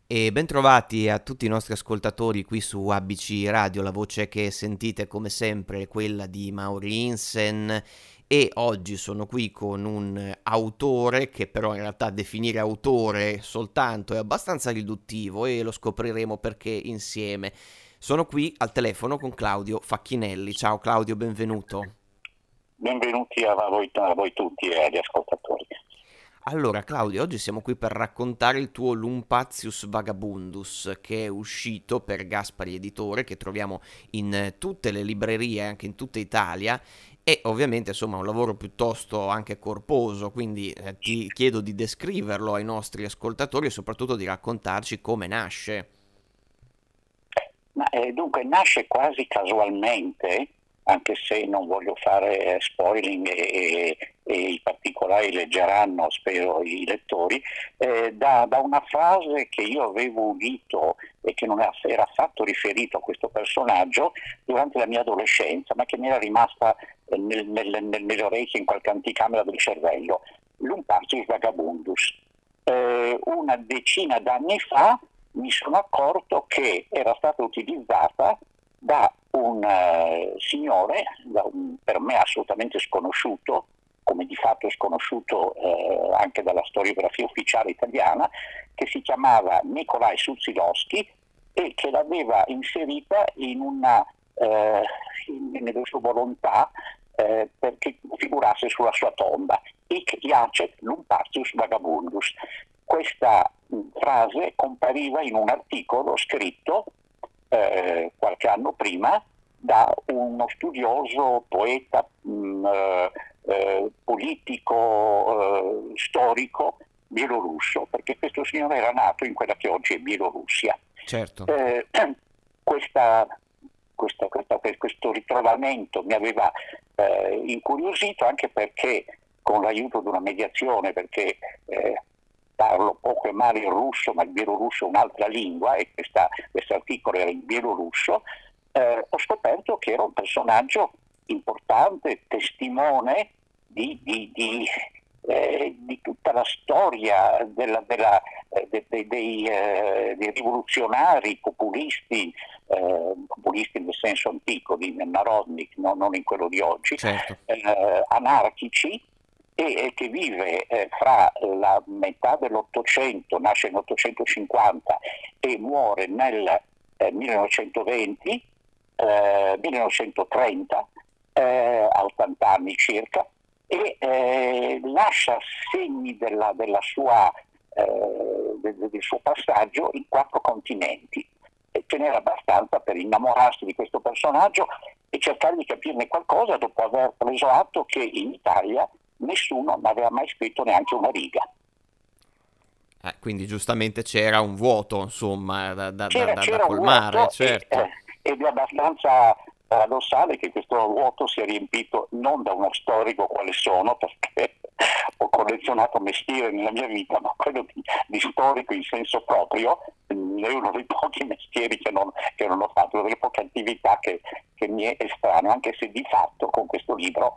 E bentrovati a tutti i nostri ascoltatori qui su ABC Radio, la voce che sentite come sempre è quella di Mauri Insen e oggi sono qui con un autore che però in realtà definire autore soltanto è abbastanza riduttivo e lo scopriremo perché insieme. Sono qui al telefono con Claudio Facchinelli. Ciao Claudio, benvenuto. Benvenuti a voi tutti e agli ascoltatori. Allora, Claudio, oggi siamo qui per raccontare il tuo Lumpatius Vagabundus, che è uscito per Gaspari Editore, che troviamo in tutte le librerie, anche in tutta Italia, e ovviamente, insomma, è un lavoro piuttosto anche corposo, quindi ti chiedo di descriverlo ai nostri ascoltatori e soprattutto di raccontarci come nasce. Dunque nasce quasi casualmente, anche se non voglio fare spoiling e i particolari leggeranno, spero, i lettori, da una frase che io avevo udito e che non era affatto riferito a questo personaggio durante la mia adolescenza, ma che mi era rimasta nelle orecchie, in qualche anticamera del cervello. Lumparcis vagabundus. Una decina d'anni fa mi sono accorto che era stata utilizzata da un signore, per me assolutamente sconosciuto, come di fatto è sconosciuto anche dalla storiografia ufficiale italiana, che si chiamava Nikolai Suzilowski e che l'aveva inserita nelle sue volontà perché figurasse sulla sua tomba. Hic jacet Lumpartius vagabundus. Questa frase compariva in un articolo scritto qualche anno prima da uno studioso, poeta, politico, storico bielorusso, perché questo signore era nato in quella che oggi è Bielorussia. Certo. Eh, questo ritrovamento mi aveva incuriosito anche perché con l'aiuto di una mediazione, perché parlo poco e male il russo, ma il bielorusso è un'altra lingua e questo articolo era in bielorusso, ho scoperto che era un personaggio importante, testimone di tutta la storia dei rivoluzionari populisti, populisti nel senso antico, di Narodnik, non in quello di oggi, Certo. anarchici, e che vive fra la metà dell'Ottocento, nasce nell'850 e muore nel 1920, 1930, a 80 anni circa, e lascia segni del suo passaggio in 4 continenti. E ce n'era abbastanza per innamorarsi di questo personaggio e cercare di capirne qualcosa dopo aver preso atto che in Italia nessuno ne aveva mai scritto neanche una riga. Quindi giustamente c'era un vuoto, insomma, da C'era un colmare, vuoto certo. ed è abbastanza paradossale che questo vuoto sia riempito non da uno storico quale sono, perché ho collezionato mestiere nella mia vita, ma quello di storico in senso proprio è uno dei pochi mestieri che non ho fatto, una delle poche attività che mi è estraneo, anche se di fatto con questo libro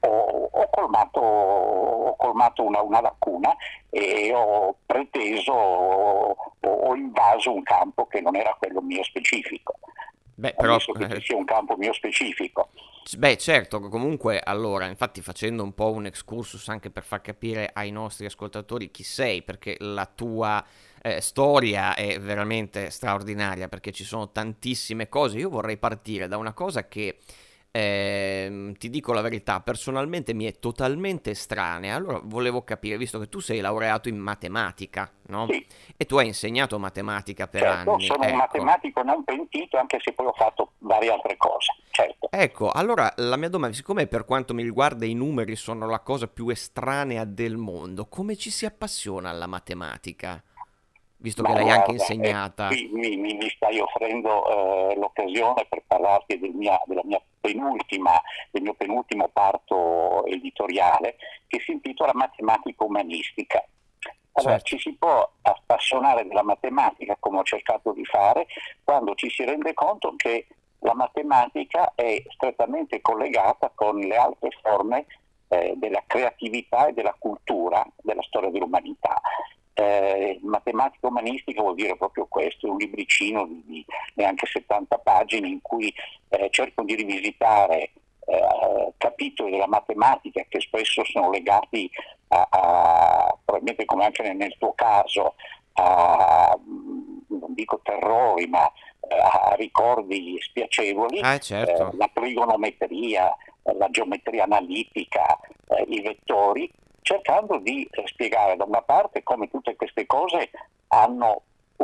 ho colmato una lacuna e ho preteso, ho invaso un campo che non era quello mio specifico, Beh, però ammesso che ci sia un campo mio specifico. beh, certo, comunque, allora, infatti facendo un po' un excursus anche per far capire ai nostri ascoltatori chi sei, perché la tua storia è veramente straordinaria, perché ci sono tantissime cose. Io vorrei partire da una cosa che, ti dico la verità, personalmente mi è totalmente estranea. Allora volevo capire, visto che tu sei laureato in matematica, no? Sì, E tu hai insegnato matematica per certo, anni, sono un ecco. matematico non pentito, anche se poi ho fatto varie altre cose, certo. Ecco, allora la mia domanda, siccome per quanto mi riguarda i numeri sono la cosa più estranea del mondo, come ci si appassiona alla matematica? Visto che Ma l'hai anche guarda, insegnata. qui mi stai offrendo l'occasione per parlarti del mio penultimo parto editoriale, che si intitola Matematica umanistica. Allora, Certo. ci si può appassionare della matematica, come ho cercato di fare, quando ci si rende conto che la matematica è strettamente collegata con le altre forme della creatività e della cultura della storia dell'umanità. matematica umanistica vuol dire proprio questo, è un libricino di neanche 70 pagine in cui cerco di rivisitare capitoli della matematica che spesso sono legati probabilmente come anche nel tuo caso, non dico terrori, ma a ricordi spiacevoli, Certo. la trigonometria, la geometria analitica, i vettori, cercando di spiegare da una parte come tutte queste cose hanno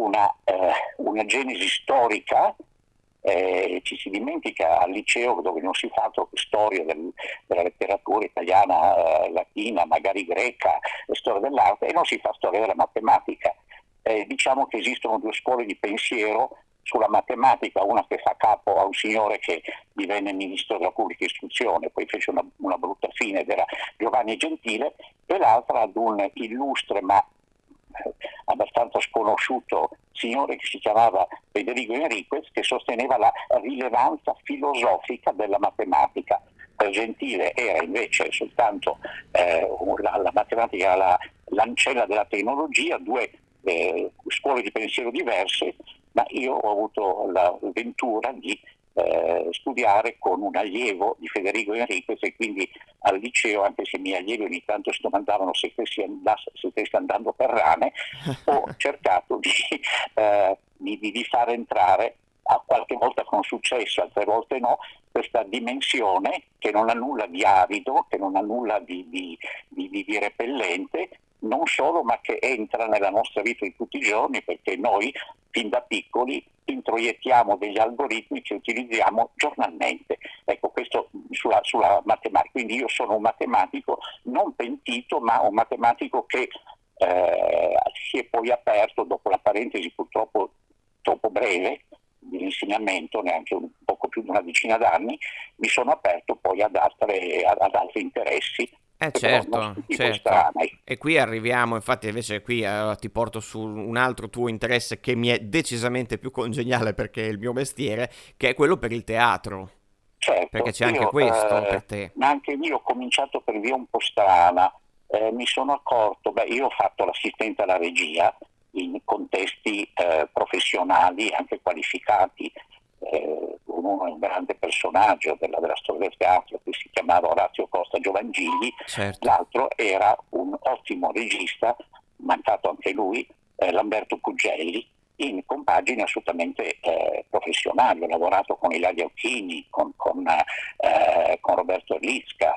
una genesi storica. Ci si dimentica al liceo dove non si fa altro che storia della letteratura italiana, latina, magari greca, storia dell'arte, e non si fa storia della matematica. Diciamo che esistono due scuole di pensiero sulla matematica, una che fa capo a un signore che divenne ministro della pubblica istruzione, poi fece una brutta fine ed era Giovanni Gentile, e l'altra ad un illustre ma abbastanza sconosciuto signore che si chiamava Federico Enriquez, che sosteneva la rilevanza filosofica della matematica. Per Gentile era invece soltanto la matematica, l'ancella della tecnologia, due scuole di pensiero diverse, ma io ho avuto la ventura di studiare con un allievo di Federico Enriquez, e quindi al liceo, anche se i miei allievi ogni tanto si domandavano se stessi andando per rane, ho cercato di far entrare, a qualche volta con successo, altre volte no, questa dimensione che non ha nulla di arido, che non ha nulla di repellente, non solo, ma che entra nella nostra vita di tutti i giorni, perché noi fin da piccoli introiettiamo degli algoritmi che utilizziamo giornalmente. Ecco, questo sulla matematica. Quindi io sono un matematico non pentito, ma un matematico che si è poi aperto, dopo la parentesi purtroppo troppo breve dell'insegnamento, neanche un poco più di una decina d'anni, mi sono aperto poi ad altri interessi. Certo, certo. E qui arriviamo, infatti invece qui ti porto su un altro tuo interesse che mi è decisamente più congeniale perché è il mio mestiere, che è quello per il teatro. Certo, Perché c'è anche questo per te. Ma anche io ho cominciato per via un po' strana, mi sono accorto, io ho fatto l'assistente alla regia in contesti professionali, anche qualificati. Uno è un grande personaggio della storia del teatro che si chiamava Orazio Costa Giovangili, certo. L'altro era un ottimo regista, mancato anche lui, Lamberto Puggelli, in compagini assolutamente professionali. Ho lavorato con Ilaria Occhini, con Roberto Erlicka,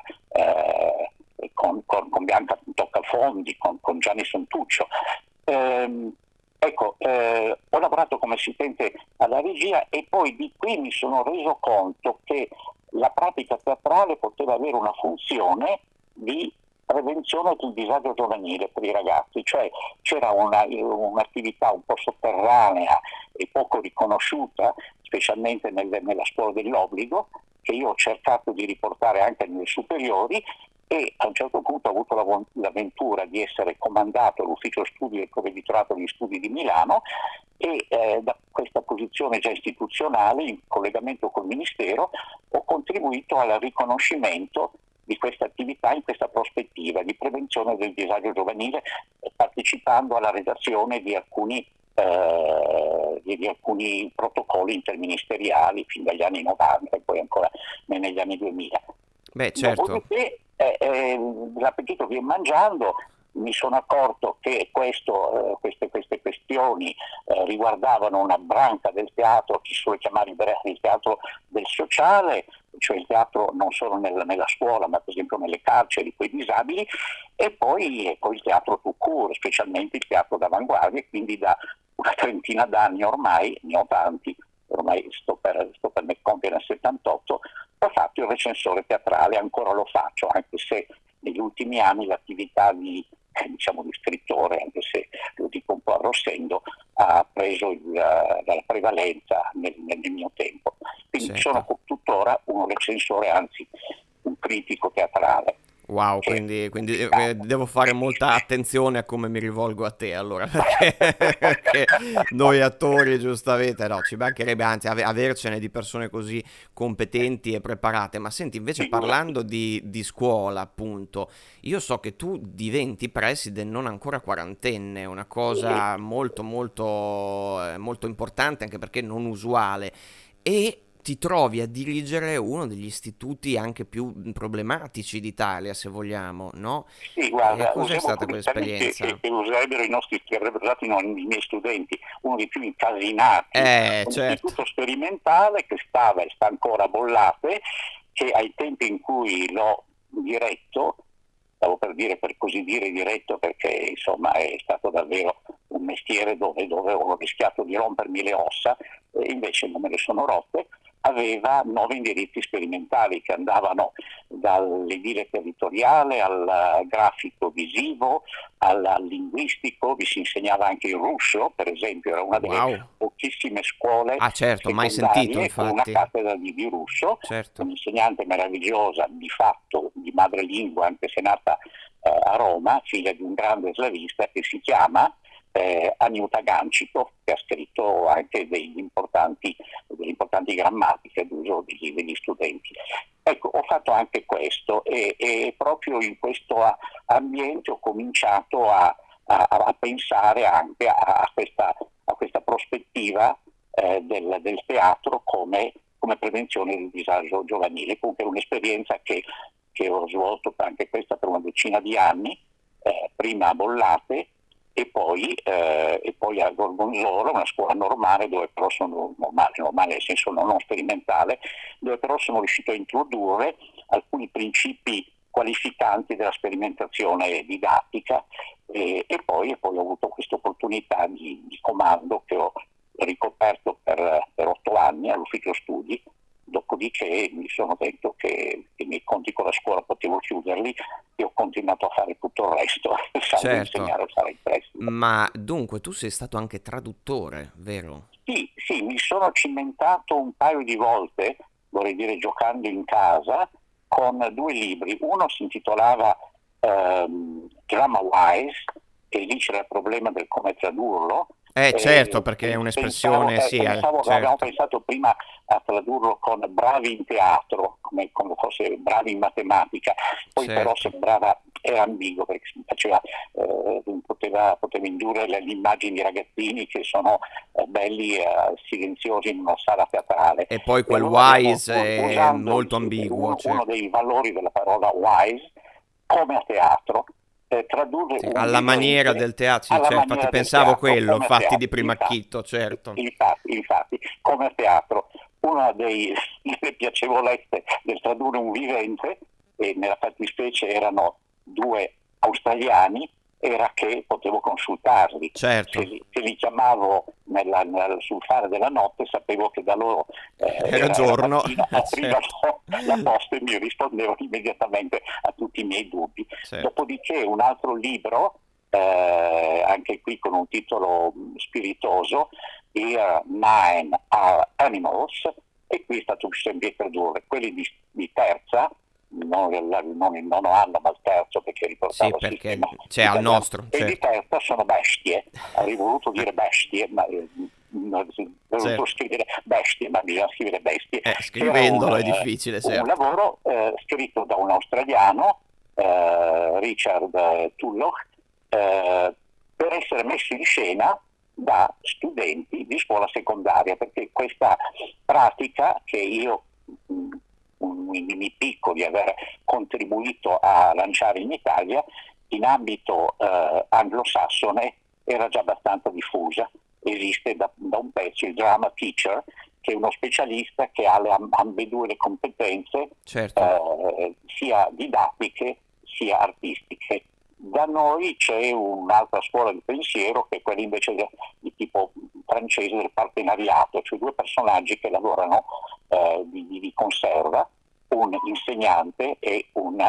con Bianca Toccafondi, con Gianni Santuccio. Ho lavorato come assistente alla regia e poi di qui mi sono reso conto che la pratica teatrale poteva avere una funzione di prevenzione del disagio giovanile per i ragazzi, cioè c'era un'attività un po' sotterranea e poco riconosciuta, specialmente nella scuola dell'obbligo, che io ho cercato di riportare anche nelle superiori, e a un certo punto ho avuto l'avventura di essere comandato all'ufficio studi del Provveditorato degli Studi di Milano, e da questa posizione già istituzionale, in collegamento col Ministero, ho contribuito al riconoscimento di questa attività in questa prospettiva di prevenzione del disagio giovanile, partecipando alla redazione di alcuni protocolli interministeriali fin dagli anni 90 e poi ancora negli anni 2000. Certo. Dopodiché l'appetito viene mangiando, mi sono accorto che queste questioni riguardavano una branca del teatro che si suole chiamare il teatro del sociale, cioè il teatro non solo nella scuola, ma per esempio nelle carceri con i disabili, e poi il teatro tout court, specialmente il teatro d'avanguardia. Quindi da una trentina d'anni ormai, ne ho tanti, ormai sto per compiere il 78, ho fatto il recensore teatrale, ancora lo faccio, anche se negli ultimi anni l'attività di scrittore, anche se lo dico un po' arrossendo, ha preso la prevalenza nel mio tempo. Quindi certo. Sono tuttora un recensore, anzi un critico teatrale. Wow, che quindi diciamo, devo fare molta attenzione a come mi rivolgo a te, allora, perché noi attori, giustamente, no, ci mancherebbe, anzi, avercene di persone così competenti e preparate. Ma senti, invece figurati. parlando di scuola, appunto, io so che tu diventi preside non ancora quarantenne, una cosa molto, molto, molto importante, anche perché non usuale. E ti trovi a dirigere uno degli istituti anche più problematici d'Italia, se vogliamo, no? Sì, E guarda, cos'è usiamo stata proprio i termini quell'esperienza? che userebbero i nostri, che avrebbero usato i miei studenti, uno dei più incasinati, un Certo. istituto sperimentale che stava e sta ancora a Bollate, che ai tempi in cui l'ho diretto, stavo per dire, per così dire diretto, perché insomma è stato davvero un mestiere dove ho rischiato di rompermi le ossa, e invece non me le sono rotte. Aveva 9 indirizzi sperimentali che andavano dall'edile territoriale al grafico visivo, al linguistico. Vi si insegnava anche il russo, per esempio, era una delle Wow. pochissime scuole Ah, certo, mai sentito, secondarie con una infatti. cattedra di russo, Certo. un'insegnante meravigliosa, di fatto di madrelingua, anche se nata a Roma, figlia di un grande slavista, che si chiama Aniuta Gancito, che ha scritto anche delle importanti grammatiche d'uso degli studenti. Ecco, ho fatto anche questo e proprio in questo ambiente ho cominciato a pensare anche a questa prospettiva del teatro come prevenzione del disagio giovanile. Comunque è un'esperienza che ho svolto anche questa per una decina di anni, prima a Bollate e poi a Gorgonzola, una scuola normale, dove però sono normale nel senso non sperimentale, dove però sono riuscito a introdurre alcuni principi qualificanti della sperimentazione didattica e poi ho avuto questa opportunità di comando che ho ricoperto per 8 anni all'ufficio studi. Dopodiché mi sono detto che i miei conti con la scuola potevo chiuderli e ho continuato a fare tutto il resto, salvo Certo. insegnare a fare il preside. Ma dunque tu sei stato anche traduttore, vero? Sì, sì, mi sono cimentato un paio di volte, vorrei dire giocando in casa, con 2 libri. Uno si intitolava Drama Wise, e lì c'era il problema del come tradurlo. Certo, perché è un'espressione, sì, Avevamo certo, pensato prima a tradurlo con bravi in teatro, come fosse bravi in matematica, poi però certo. sembrava, era ambiguo perché poteva indurre le immagini di ragazzini che sono belli silenziosi in una sala teatrale. E poi E quel allora abbiamo, wise è usando molto ambiguo, uno certo. dei valori della parola wise, come a teatro, tradurre Sì, un alla libro maniera del teatro, sì, alla certo, infatti maniera del pensavo teatro, quello, come a infatti di teatro, primo acchito, certo. infatti, come a teatro. Una delle piacevolezze del tradurre un vivente, e nella fattispecie erano 2 australiani, era che potevo consultarli. Certo, Se li chiamavo sul fare della notte, sapevo che da loro era era giorno, mattina, certo, aprivano la posta e mi rispondevano immediatamente a tutti i miei dubbi. certo. Dopodiché un altro libro, anche qui con un titolo spiritoso, Here Nine Are Animals, e qui è stato sempre tradurre quelli di terza, non il nono anno ma il terzo, perché Sì, riportava il perché sistema c'è al italiano, nostro, e di certo, terza sono bestie. Avrei voluto dire bestie, ma avrei voluto certo. scrivere bestie, ma bisogna scrivere bestie. C'era Scrivendolo è difficile, un certo. lavoro scritto da un australiano, Richard Tulloch, per essere messo in scena da studenti di scuola secondaria, perché questa pratica che io mi picco di aver contribuito a lanciare in Italia, in ambito anglosassone era già abbastanza diffusa. Esiste da un pezzo il drama teacher, che è uno specialista che ha ambedue le competenze, Certo. sia didattiche sia artistiche. Da noi c'è un'altra scuola di pensiero, che è quella invece di tipo francese, del partenariato, cioè 2 personaggi che lavorano di conserva, un insegnante e un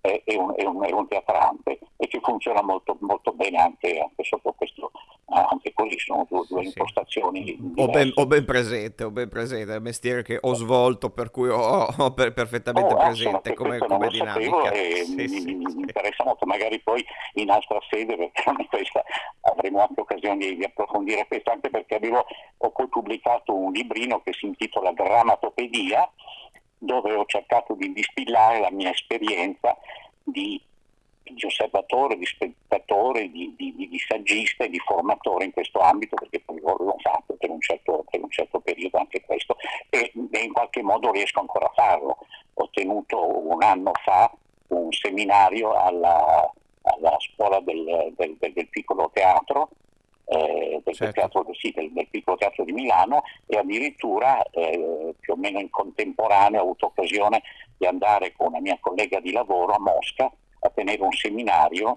è un teatrante e che funziona molto, molto bene anche sotto questo, anche così sono due Sì, sì. impostazioni Ho diverse. ben presente, è un mestiere che ho svolto, per cui perfettamente Sono presente che questo non come lo sapevo dinamica. e Sì, sì, mi sì. interessa molto, magari poi in altra sede, perché anche questa avremo anche occasione di approfondire questo, anche perché ho poi pubblicato un librino che si intitola Drammatopedia, dove ho cercato di distillare la mia esperienza di osservatore, di spettatore, di saggista e di formatore in questo ambito, perché poi l'ho fatto per un certo periodo anche questo, e in qualche modo riesco ancora a farlo. Ho tenuto un anno fa un seminario alla scuola del piccolo teatro, Certo. del piccolo teatro di Milano, e addirittura più o meno in contemporanea ho avuto occasione di andare con una mia collega di lavoro a Mosca a tenere un seminario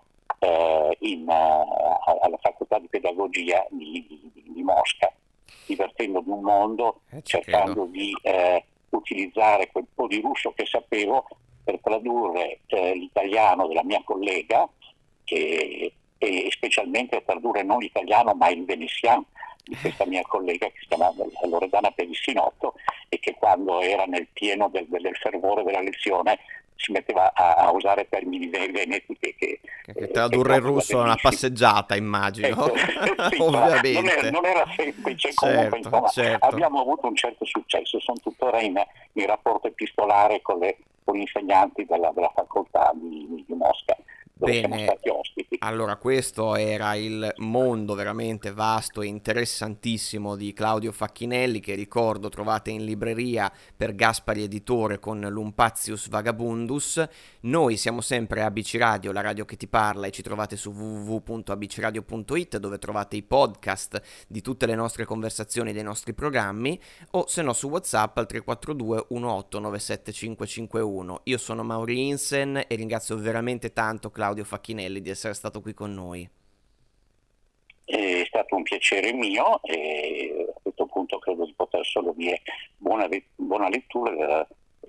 alla facoltà di pedagogia di Mosca, divertendomi un mondo, Ci credo. cercando di utilizzare quel po' di russo che sapevo per tradurre l'italiano della mia collega, e specialmente tradurre non l'italiano ma il veneziano di questa mia collega che si chiama Loredana Perissinotto, e che quando era nel pieno del fervore della lezione si metteva a usare termini veneti Che che tradurre il trovo russo è una bellissimi. passeggiata, immagino. Ecco, sì, Ovviamente. non era semplice, comunque Certo, insomma certo. abbiamo avuto un certo successo, sono tuttora in rapporto epistolare con gli insegnanti della facoltà di Mosca, dove siamo Bene, stati ospiti. allora questo era il mondo veramente vasto e interessantissimo di Claudio Facchinelli, che ricordo trovate in libreria per Gaspari Editore con Lumpatius Vagabundus. Noi siamo sempre ABC Radio, la radio che ti parla, e ci trovate su www.abcradio.it, dove trovate i podcast di tutte le nostre conversazioni e dei nostri programmi, o se no su WhatsApp al 342 1897 551. Io sono Mauri Insen e ringrazio veramente tanto Claudio Facchinelli di essere stato qui con noi. È stato un piacere mio e a questo punto credo di poter solo dire buona lettura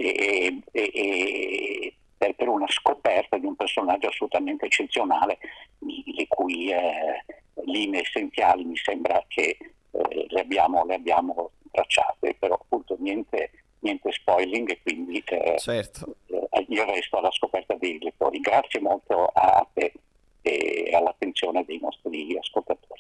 per una scoperta di un personaggio assolutamente eccezionale, le cui linee essenziali mi sembra che le abbiamo tracciate, però appunto niente spoiling, e quindi Certo. io resto alla scoperta dei lettori. Grazie molto a te e all'attenzione dei nostri ascoltatori.